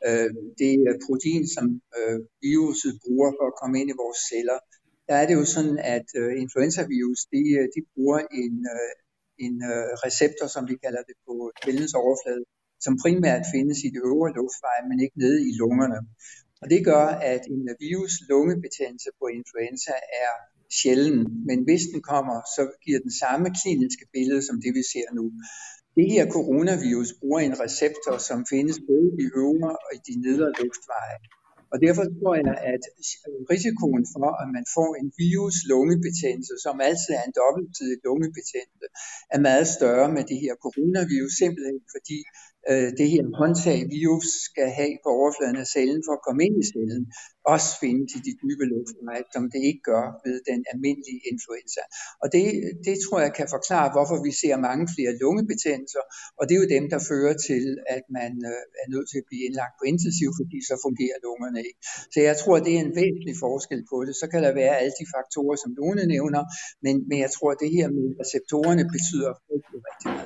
det protein, som viruset bruger for at komme ind i vores celler, der er det jo sådan, at influenzavirus, de bruger en receptor, som vi kalder det på cellens overflade, som primært findes i det øvre luftveje, men ikke nede i lungerne. Og det gør, at en virus lungebetændelse på influenza er sjælden, men hvis den kommer, så giver den samme kliniske billede, som det vi ser nu. Det her coronavirus bruger en receptor, som findes både i øvre og i de nedre luftveje. Og derfor tror jeg, at risikoen for, at man får en virus-lungebetændelse, som altid er en dobbeltsidig lungebetændelse, er meget større med det her coronavirus, simpelthen fordi det her håndtag-virus skal have på overfladen af cellen for at komme ind i cellen, også findes i de dybe luftveje, som det ikke gør ved den almindelige influenza. Og det tror jeg kan forklare, hvorfor vi ser mange flere lungebetændelser, og det er jo dem, der fører til, at man er nødt til at blive indlagt på intensiv, fordi så fungerer lungerne ikke. Så jeg tror, det er en væsentlig forskel på det. Så kan der være alle de faktorer, som Lone nævner, men jeg tror, at det her med receptorerne betyder rigtig meget.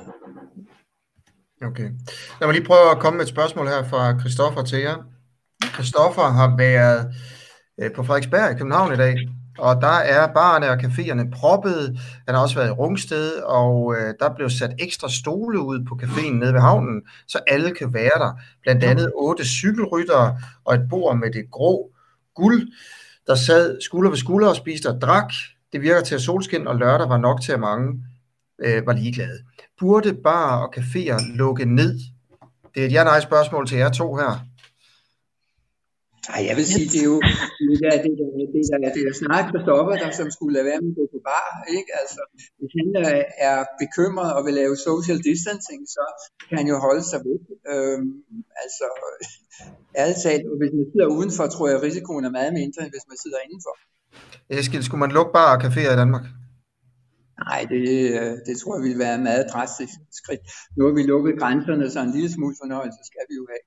Okay. Lad mig lige prøve at komme med et spørgsmål her fra Christoffer til jer. Christoffer har været på Frederiksberg i København i dag, og der er barerne og caféerne proppet. Han har også været i Rungsted, og der blev sat ekstra stole ud på caféen nede ved havnen, så alle kan være der. Blandt andet 8 cykelryttere og et bord med det grå guld, der sad skulder ved skulder og spiste og drak. Det virker til at solskin, og lørdag var nok til, at mange var ligeglade. Burde barer og caféer lukke ned? Det er et ja-nej spørgsmål til jer to her. Nej, jeg vil sige, det er jo det er snart Christoffer, der som skulle lade være med at gå på bar, ikke? Altså, hvis han er bekymret og vil lave social distancing, så kan han jo holde sig væk. Altså, ærligt talt, og hvis man sidder udenfor, tror jeg, at risikoen er meget mindre, end hvis man sidder indenfor. Eskild, skulle man lukke barer og caféer i Danmark? Nej, det tror jeg ville være et meget drastisk skridt. Nu har vi lukket grænserne, så en lille smule fornøjelse skal vi jo have.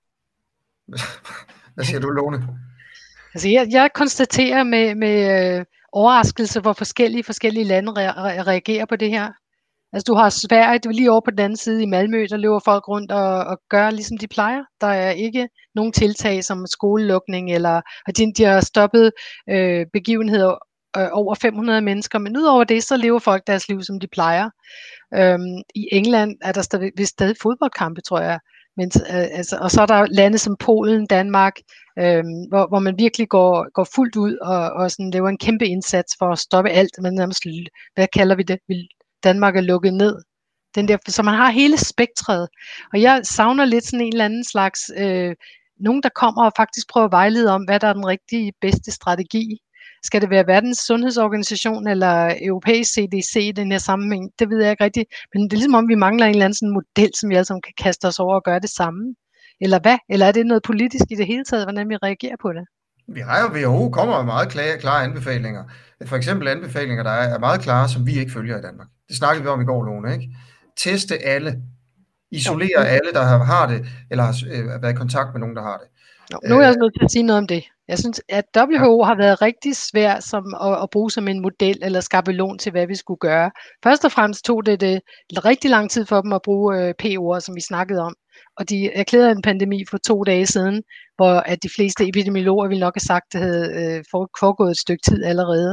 Hvad siger du, Lone? Altså, jeg konstaterer med overraskelse, hvor forskellige lande reagerer på det her. Altså, du har Sverige, du er lige over på den anden side i Malmø, der løber folk rundt og gør, ligesom de plejer. Der er ikke nogen tiltag som skolelukning, eller de har stoppet begivenheder over 500 mennesker, men udover det, så lever folk deres liv, som de plejer. I England er der stadig fodboldkampe, tror jeg. Men, og så er der lande som Polen, Danmark, hvor man virkelig går fuldt ud og sådan laver en kæmpe indsats for at stoppe alt. Men nærmest, hvad kalder vi det? Danmark er lukket ned. Så man har hele spektret. Og jeg savner lidt sådan en eller anden slags, nogen der kommer og faktisk prøver at vejlede om, hvad der er den rigtige bedste strategi. Skal det være Verdens Sundhedsorganisation eller europæisk CDC i den her sammenhæng? Det ved jeg ikke rigtigt. Men det er ligesom om, vi mangler en eller anden sådan model, som vi alle sammen kan kaste os over og gøre det samme. Eller hvad? Eller er det noget politisk i det hele taget, hvordan vi reagerer på det? Vi har jo, WHO kommer med meget klare anbefalinger. For eksempel anbefalinger, der er meget klare, som vi ikke følger i Danmark. Det snakkede vi om i går, Lone, ikke? Teste alle. Isolere alle, der har det, eller har været i kontakt med nogen, der har det. Nu er jeg nødt til at sige noget om det. Jeg synes, at WHO har været rigtig svært at bruge som en model eller skabelon til, hvad vi skulle gøre. Først og fremmest tog det rigtig lang tid for dem at bruge P-ord, som vi snakkede om. Og de erklærede en pandemi for 2 dage siden, hvor at de fleste epidemiologer ville nok have sagt, at det havde foregået et stykke tid allerede.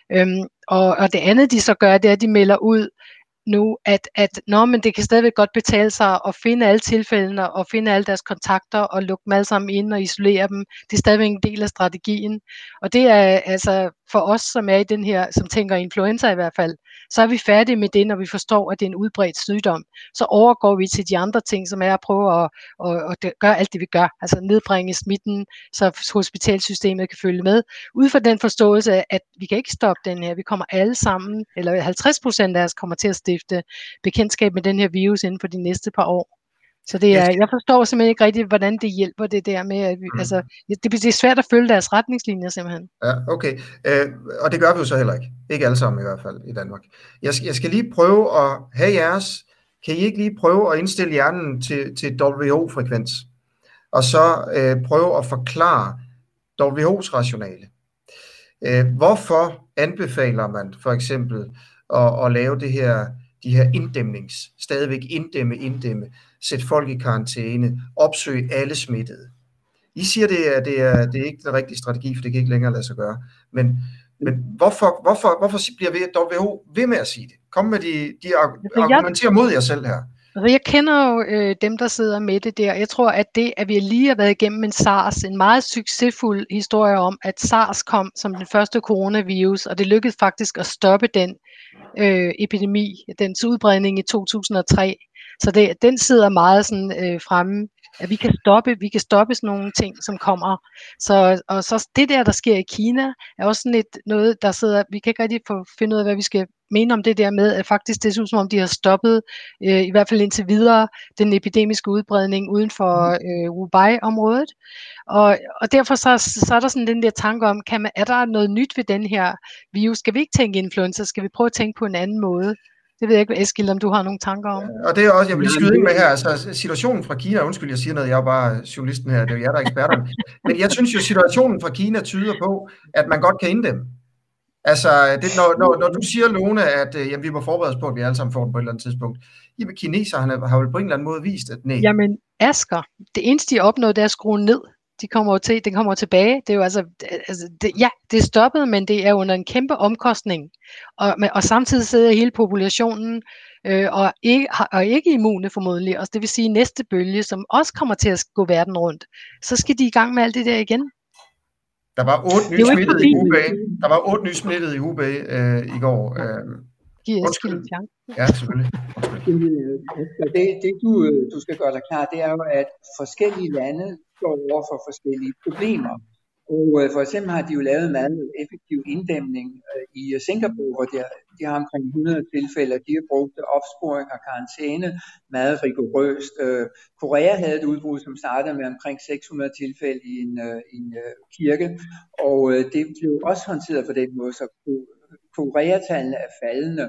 Og det andet, de så gør, det er, at de melder ud nu, men det kan stadigvæk godt betale sig at finde alle tilfældene og finde alle deres kontakter og lukke dem alle sammen ind og isolere dem. Det er stadigvæk en del af strategien. Og det er altså for os, som er i den her, som tænker influenza i hvert fald, så er vi færdige med det, når vi forstår, at det er en udbredt sygdom. Så overgår vi til de andre ting, som er at prøve at gøre alt det, vi gør. Altså nedbringe smitten, så hospitalsystemet kan følge med. Ud fra den forståelse, at vi kan ikke stoppe den her. Vi kommer alle sammen, eller 50% af os kommer til at stifte bekendtskab med den her virus inden for de næste par år. Så det er, jeg forstår simpelthen ikke rigtigt, hvordan det hjælper det der med, at altså, det er svært at følge deres retningslinjer simpelthen. Ja, okay. Og det gør vi jo så heller ikke. Ikke alle sammen i hvert fald i Danmark. Jeg skal lige prøve at have jeres, kan I ikke lige prøve at indstille hjernen til WHO-frekvens, og så prøve at forklare WHO's rationale. Hvorfor anbefaler man for eksempel at lave de her stadigvæk inddæmme, sætte folk i karantæne, opsøge alle smittede? I siger, det er ikke den rigtige strategi, for det kan ikke længere lade sig gøre. Men hvorfor bliver WHO ved med at sige det? Kom med de argumenterer mod jer selv her. Altså, jeg kender jo dem, der sidder med det der. Jeg tror, at det, at vi lige har været igennem en SARS, en meget succesfuld historie om, at SARS kom som den første coronavirus, og det lykkedes faktisk at stoppe den epidemi, dens udbredning i 2003. Så den sidder meget sådan fremme, at vi kan stoppe sådan nogle ting, som kommer. Så det der sker i Kina, er også sådan noget, der sidder, vi kan ikke rigtig finde ud af, hvad vi skal mene om det der med, at faktisk det ser ud som om, de har stoppet, i hvert fald indtil videre, den epidemiske udbredning uden for Hubei-området. Og derfor så er der sådan den der tanke om, er der noget nyt ved den her virus? Skal vi ikke tænke influenza? Skal vi prøve at tænke på en anden måde? Det ved jeg ikke, Eskil, om du har nogle tanker om. Og det er også, jeg vil lige skyde ind med her, altså situationen fra Kina, undskyld, jeg siger noget, jeg er bare journalisten her, det er jo jer, der er eksperterne, men jeg synes jo, situationen fra Kina tyder på, at man godt kan inddæmme. Altså, når du siger, Lone, at jamen, vi må forberede os på, at vi alle sammen får den på et eller andet tidspunkt, jamen kineserne har vel på en eller anden måde vist, at nej. Jamen, Asger, det eneste, de opnåede, det er at skrue ned. Den kommer tilbage. Det er jo det er stoppet, men det er under en kæmpe omkostning. Og samtidig sidder hele populationen og ikke immune formodentlig. Og det vil sige næste bølge, som også kommer til at gå verden rundt. Så skal de i gang med alt det der igen. Der var 8 nye smittede i Hubei. Der var 8 nye smittede i Hubei i går. Undskyld. Ja, selvfølgelig. Det du skal gøre dig klar, det er jo, at forskellige lande står over for forskellige problemer. Og for eksempel har de jo lavet meget effektiv inddæmning i Singapore, hvor de har omkring 100 tilfælde, og de har brugt opsporing og karantæne meget rigorøst. Korea havde et udbrud, som startede med omkring 600 tilfælde i en kirke, og det blev også håndteret på den måde, så Korea-tallene er faldende.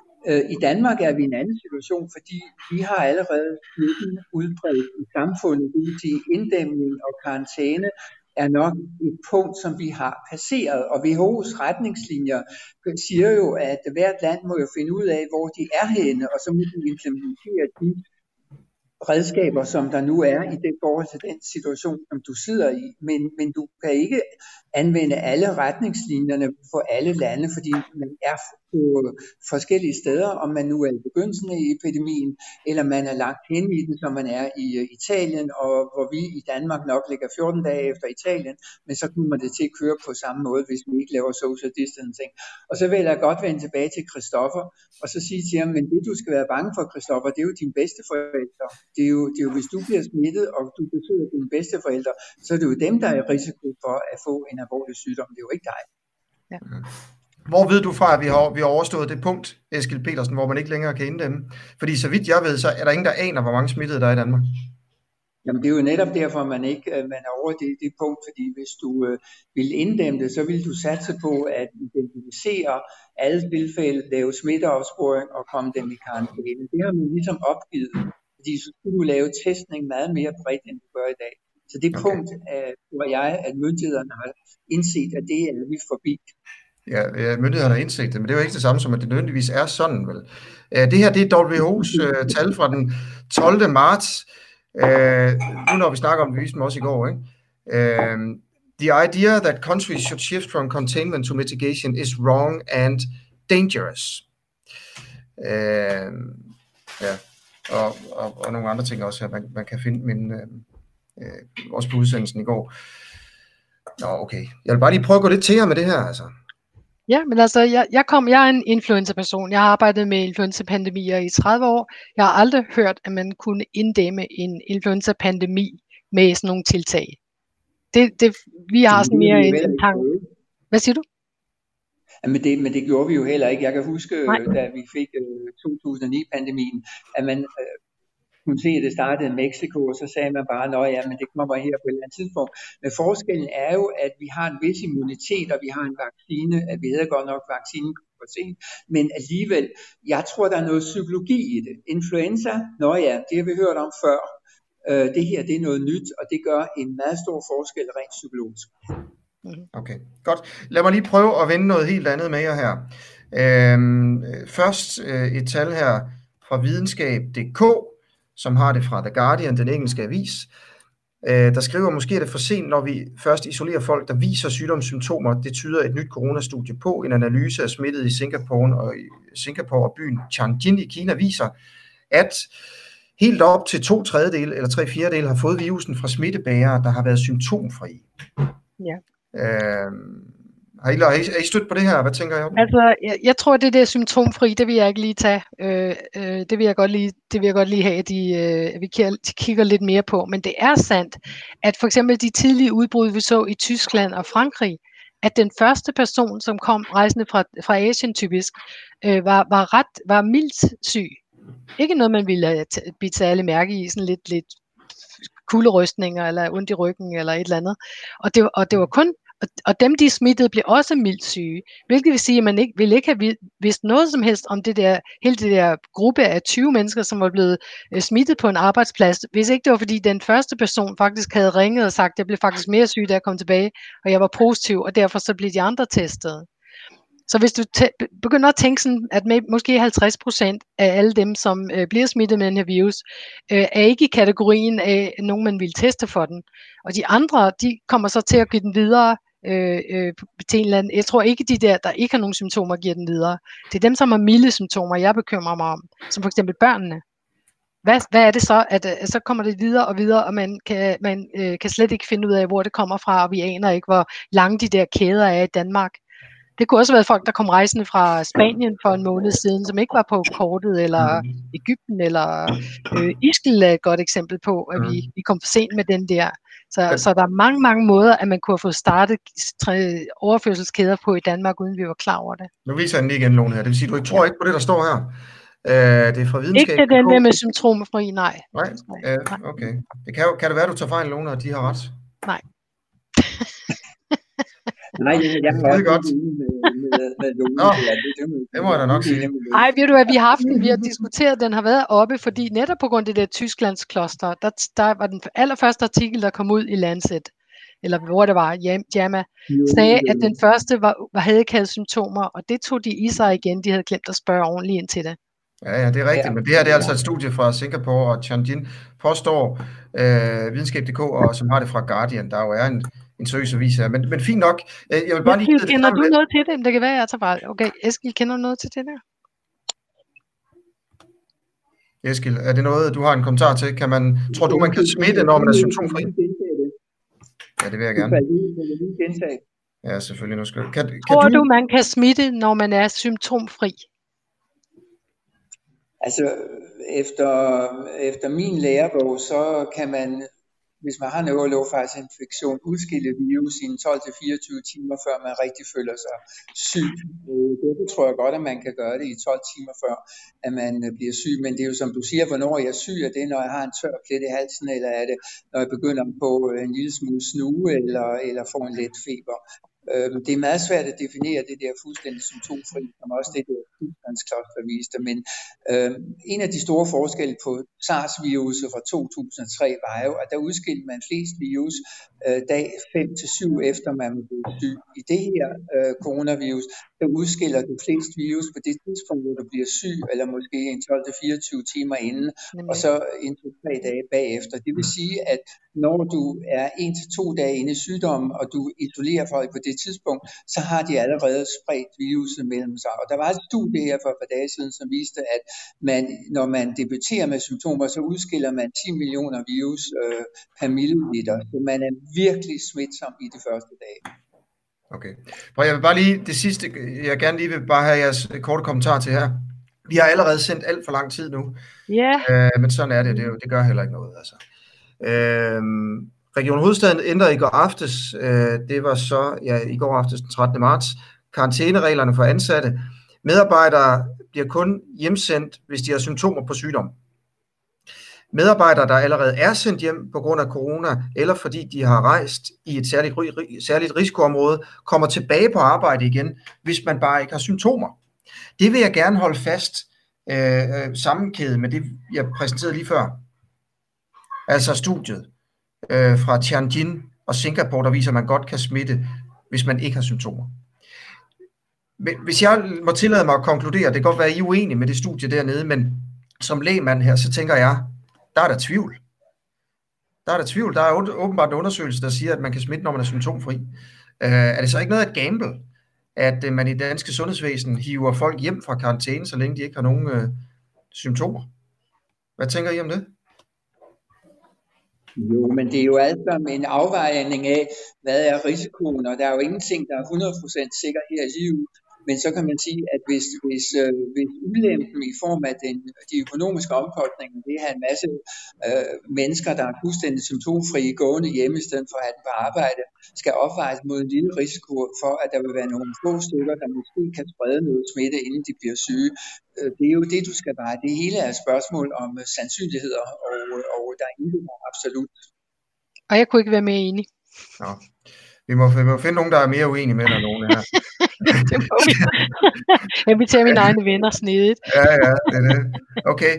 I Danmark er vi i en anden situation, fordi vi har allerede smitten udbredt i samfundet, det vil sige inddæmning og karantæne er nok et punkt, som vi har passeret. Og WHO's retningslinjer siger jo, at hvert land må jo finde ud af, hvor de er henne, og så må de implementere de redskaber, som der nu er i det forhold til den situation, som du sidder i. Men du kan ikke anvende alle retningslinjerne for alle lande, fordi man er på forskellige steder, om man nu er i begyndelsen af epidemien, eller man er langt hen i den, som man er i Italien, og hvor vi i Danmark nok ligger 14 dage efter Italien, men så kommer det til at køre på samme måde, hvis vi ikke laver social distancing. Og så vil jeg godt vende tilbage til Christoffer, og så sige til ham, men det du skal være bange for, Christoffer, det er jo dine bedsteforældre. Det er jo hvis du bliver smittet, og du besøger dine bedsteforældre, så er det jo dem, der er i risiko for at få en alvorlig sygdom. Det er jo ikke dig. Ja. Hvor ved du fra, at vi har overstået det punkt, Eskil Petersen, hvor man ikke længere kan inddæmme? Fordi så vidt jeg ved, så er der ingen, der aner, hvor mange smittede der er i Danmark. Jamen det er jo netop derfor, man er over det punkt, fordi hvis du vil inddæmme det, så vil du satse på at identificere alle tilfælde, lave smitteopsporing og komme dem i karantæne. Det har man ligesom opgivet, fordi så skulle du lave testning meget mere bredt, end du gør i dag. Så det punkt, tror jeg, at myndighederne har indset, at det er vi forbi. Ja, myndighederne har indset det, men det er jo ikke det samme som, at det nødvendigvis er sådan, vel? Det her, det er WHO's tal fra den 12. marts. Nu når vi snakker om det, viste også i går, ikke? The idea that countries should shift from containment to mitigation is wrong and dangerous. Og nogle andre ting også her, man kan finde også på udsendelsen i går. Nå, okay. Jeg vil bare lige prøve at gå lidt til her med det her, altså. Ja, men altså, jeg er en influenza-person. Jeg har arbejdet med influenza-pandemier i 30 år. Jeg har aldrig hørt, at man kunne inddæmme en influenza-pandemi med sådan nogle tiltag. Vi har sådan mere en tanke. Hvad siger du? Men det gjorde vi jo heller ikke. Jeg kan huske, da vi fik 2009-pandemien, at man kunne se, at det startede i Mexico, og så sagde man bare, men det kommer her på et eller andet tidspunkt. Men forskellen er jo, at vi har en vis immunitet, og vi har en vaccine, at vi hedder godt nok vaccinen for sent, men alligevel, jeg tror, der er noget psykologi i det. Influenza, det har vi hørt om før. Det her, det er noget nyt, og det gør en meget stor forskel rent psykologisk. Okay, godt. Lad mig lige prøve at vende noget helt andet med jer her. Først et tal her fra videnskab.dk, som har det fra The Guardian, den engelske avis. der skriver, måske er det for sent, når vi først isolerer folk, der viser sygdomssymptomer. Det tyder et nyt coronastudie på. En analyse af smittet i Singapore og byen Tianjin i Kina viser, at helt op til 2/3 eller 3/4 har fået virusen fra smittebærere, der har været symptomfri. Ja. Er I stødt på det her? Hvad tænker I om? Altså, jeg tror, det der symptomfri, det vil jeg ikke lige tage. Det vil jeg godt lige have, at vi kigger lidt mere på. Men det er sandt, at for eksempel de tidlige udbrud, vi så i Tyskland og Frankrig, at den første person, som kom rejsende fra Asien typisk, var mildt syg. Ikke noget, man ville bide særlig mærke i, sådan lidt kulderystninger, eller ondt i ryggen, eller et eller andet. Og det var kun, og dem de smittede blev også mildt syge, hvilket vil sige, at man ville ikke have vidst noget som helst om hele det der gruppe af 20 mennesker, som var blevet smittet på en arbejdsplads, hvis ikke det var fordi den første person faktisk havde ringet og sagt, at jeg blev faktisk mere syg, da jeg kom tilbage, og jeg var positiv, og derfor så blev de andre testet. Så hvis du begynder at tænke sådan, at måske 50% af alle dem, som bliver smittet med den her virus, er ikke i kategorien af nogen, man vil teste for den. Og de andre, de kommer så til at give den videre til en eller anden. Jeg tror ikke, de der ikke har nogen symptomer, giver den videre. Det er dem, som har milde symptomer, jeg bekymrer mig om. Som for eksempel børnene. Hvad er det så, at så kommer det videre og videre, og man kan slet ikke finde ud af, hvor det kommer fra, og vi aner ikke, hvor lange de der kæder er i Danmark. Det kunne også være folk, der kom rejsende fra Spanien for en måned siden, som ikke var på kortet, eller Egypten, eller Israel er et godt eksempel på, at vi kom for sent med den der. Så der er mange måder, at man kunne have fået startet overførselskæder på i Danmark, uden vi var klar over det. Nu viser jeg den lige igen, Lone her. Det vil sige, du ikke tror ikke på det, der står her? Det er fra videnskab. Ikke den der med symptomfri, nej. Nej? Okay. Kan det være, du tager fejl, Lone, og de har ret? Nej. Nej, jeg har også godt med Lone. Det må jeg da nok sige. Nej, ved du hvad, vi har diskuteret, den har været oppe, fordi netop på grund af det der Tysklands kloster, der var den allerførste artikel, der kom ud i Lancet, eller hvor det var, JAMA, sagde, at den første havde ikke havde symptomer, og det tog de i sig igen, de havde glemt at spørge ordentligt ind til det. Ja, det er rigtigt, men det her det er altså et studie fra Singapore og Tianjin, påstår videnskab.dk, og som har det fra Guardian, der jo er en seriøs avis her, men fint nok. Jeg vil bare lige... Kender du noget til det? Det kan være, jeg tager bare... Okay, Eskil, kender du noget til det der? Eskil, er det noget, du har en kommentar til? Tror du, man kan smitte, når man er symptomfri? Ja, det vil jeg gerne. Ja, selvfølgelig. Tror du, man kan smitte, når man er symptomfri? Altså, efter min lærebog, så kan man, hvis man har en øreluftfejlsinfektion, udskille virus i 12-24 timer, før man rigtig føler sig syg. Det tror jeg godt, at man kan gøre det i 12 timer, før at man bliver syg. Men det er jo som du siger, hvornår jeg er syg. Er det, når jeg har en tør plet i halsen, eller er det, når jeg begynder på en lille smule snue, eller får en let feber? Det er meget svært at definere det der fuldstændig symptomfri, som også det der Tysklands kloster viste. Men en af de store forskelle på SARS-viruset fra 2003 var jo, at der udskilte man flest virus dag 5-7 efter man blev syg. I det her coronavirus, der udskiller du flest virus på det tidspunkt, hvor du bliver syg, eller måske 12-24 timer inden, og så 1-3 dage bagefter. Det vil sige, at når du er 1-2 dage inde i sygdommen, og du isolerer folk på det tidspunkt, så har de allerede spredt viruset mellem sig. Og der var et studie her for et par dage siden, som viste, at når man debuterer med symptomer, så udskiller man 10 millioner virus per milliliter. Så man er virkelig smitsom i de første dage. Okay. Jeg vil bare lige det sidste, jeg gerne lige vil bare have jeres korte kommentar til her. Vi har allerede sendt alt for lang tid nu. Ja. Men sådan er det. Det gør heller ikke noget. Altså. Region Hovedstaden ændrede i går aftes, det var så i går aftes den 13. marts, karantænereglerne for ansatte. Medarbejdere bliver kun hjemsendt, hvis de har symptomer på sygdom. Medarbejdere, der allerede er sendt hjem på grund af corona, eller fordi de har rejst i et særligt risikoområde, kommer tilbage på arbejde igen, hvis man bare ikke har symptomer. Det vil jeg gerne holde fast sammenkædet med det, jeg præsenterede lige før. Altså studiet fra Tianjin og Singapore, der viser, at man godt kan smitte, hvis man ikke har symptomer. Hvis jeg må tillade mig at konkludere, det kan godt være, at I er uenige med det studie dernede, men som lægmand her, så tænker jeg, der er der tvivl. Der er der tvivl. Der er åbenbart en undersøgelse, der siger, at man kan smitte, når man er symptomfri. Er det så ikke noget at gamble, at man i det danske sundhedsvæsen hiver folk hjem fra karantæne, så længe de ikke har nogen symptomer? Hvad tænker I om det? Jo, men det er jo alt sammen en afvejning af, hvad er risikoen, og der er jo ingenting, der er 100% sikker her i livet. Men så kan man sige, at hvis ulempen i form af de økonomiske omkostninger, det er at have en masse mennesker, der er fuldstændig symptomfrie gående hjemme, i stedet for at have den på arbejde, skal opvejes mod en lille risiko for, at der vil være nogle få stykker, der måske kan sprede noget smitte, inden de bliver syge. Det er jo det, du skal veje. Det hele er et spørgsmål om sandsynligheder, og der er intet absolut. Og jeg kunne ikke være mere enig. Nå. Vi må finde nogen, der er mere uenige med end nogen her. Det må vi. Jeg vil tage mine egne venner snedigt. Ja, det er det. Okay.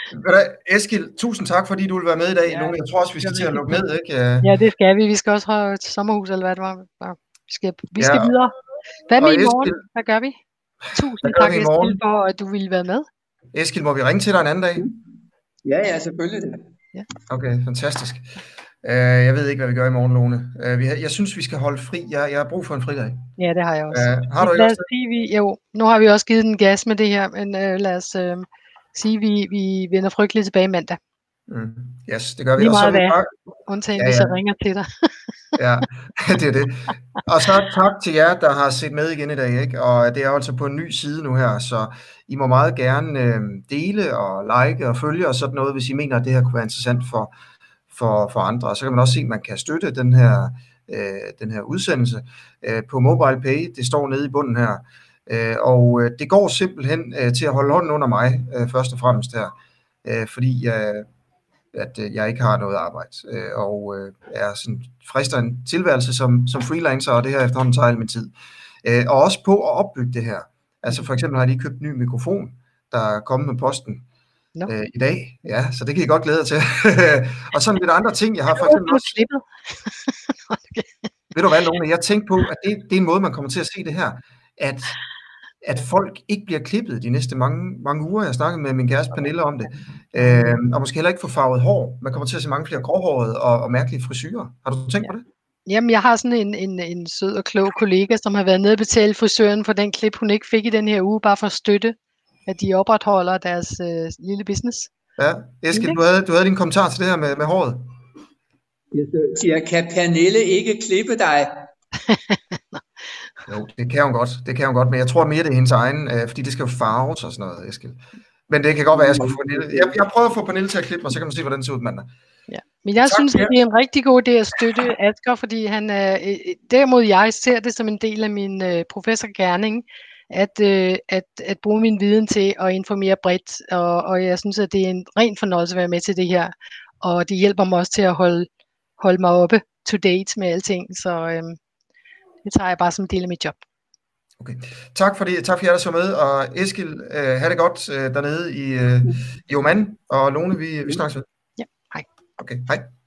Eskil, tusind tak, fordi du vil være med i dag. Ja, jeg tror også, vi skal til at lukke ned, ikke? Ja, det skal vi. Vi skal også have et sommerhus, eller hvad det var. Vi skal videre. Hvad med i morgen? Hvad gør vi? Tusind tak, Eskil, for at du ville være med. Eskil, må vi ringe til dig en anden dag? Ja, selvfølgelig det. Ja. Okay, fantastisk. Jeg ved ikke, hvad vi gør i morgen, Lone. Jeg synes, vi skal holde fri. Jeg har brug for en fridag. Ja, det har jeg også. Har du ikke også? Jo, nu har vi også givet den gas med det her, men lad os sige, at vi vender frygteligt tilbage mandag. Yes, det gør vi. Lige meget hvad, undtagen hvis jeg ringer til dig. Ja, det er det. Og så tak til jer, der har set med igen i dag, ikke? Og det er altså på en ny side nu her, så I må meget gerne dele og like og følge og sådan noget, hvis I mener, at det her kunne være interessant for andre. Og så kan man også se, at man kan støtte den her udsendelse på MobilePay. Det står nede i bunden her. Og det går simpelthen til at holde hånden under mig, først og fremmest her, fordi at jeg ikke har noget arbejde, og er sådan frister en tilværelse som freelancer, og det her efterhånden tager al min tid. Og også på at opbygge det her. Altså for eksempel har jeg lige købt en ny mikrofon, der er kommet med posten i dag. Ja, så det kan I godt glæde jer til. Og sådan lidt andre ting, jeg har for eksempel også... Ved du hvad, Lone? Jeg tænkte på, at det er en måde, man kommer til at se det her, at folk ikke bliver klippet de næste mange uger. Jeg snakkede med min kæreste Pernille om det. Og måske heller ikke få farvet hår. Man kommer til at se mange flere gråhårede og mærkelige frisyrer. Har du tænkt på det? Jamen, jeg har sådan en sød og klog kollega, som har været nede og betale frisøren for den klip, hun ikke fik i den her uge, bare for at støtte, at de opretholder deres lille business. Ja, Eskil, du havde din kommentar til det her med håret. Jeg siger, kan Pernille ikke klippe dig? Jo, det kan hun godt, men jeg tror mere, det er hendes egen, fordi det skal jo farves og sådan noget, Eskil. Men det kan godt være, jeg skal få Pernille. Jeg prøver at få Pernille til at klippe mig, så kan man se, hvordan det ser ud mandag. Ja. Men jeg synes, at det er en rigtig god idé at støtte Asger, fordi han derimod jeg ser det som en del af min professorgerning, at bruge min viden til at informere bredt, og jeg synes, at det er en ren fornøjelse at være med til det her, og det hjælper mig også til at holde mig oppe to date med alting, så det tager jeg bare som en del af mit job. Okay. Tak for jer, der så med, og Eskil, have det godt dernede i Oman, og Lone, vi snakkes ved. Ja, hej. Okay, hej.